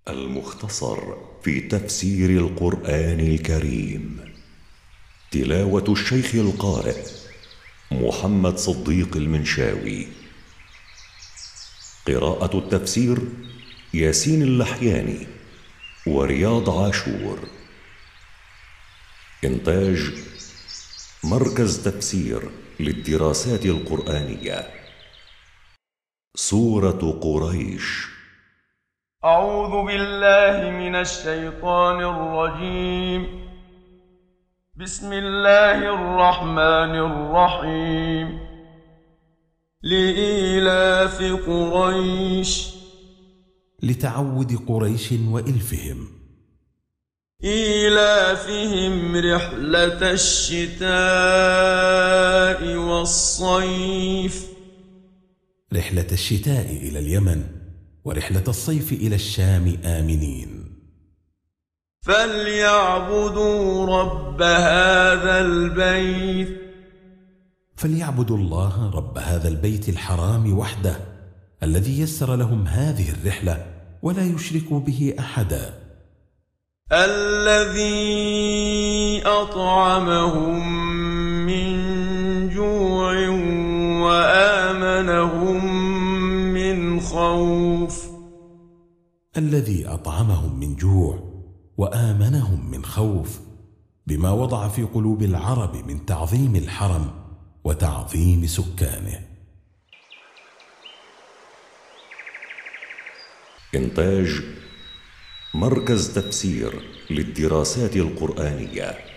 المختصر في تفسير القرآن الكريم. تلاوة الشيخ القارئ محمد صديق المنشاوي. قراءة التفسير ياسين اللحياني ورياض عاشور. إنتاج مركز تفسير للدراسات القرآنية. سورة قريش. أعوذ بالله من الشيطان الرجيم. بسم الله الرحمن الرحيم. لإيلاف قريش. لتعود قريش وإلفهم. إيلافهم رحلة الشتاء والصيف. رحلة الشتاء إلى اليمن ورحلة الصيف إلى الشام آمنين. فليعبدوا رب هذا البيت. فليعبدوا الله رب هذا البيت الحرام وحده الذي يسر لهم هذه الرحلة ولا يشركوا به أحدا. الذي أطعمهم من جوع وآمنهم من خوف. الذي أطعمهم من جوع وآمنهم من خوف بما وضع في قلوب العرب من تعظيم الحرم وتعظيم سكانه. إنتاج مركز تفسير للدراسات القرآنية.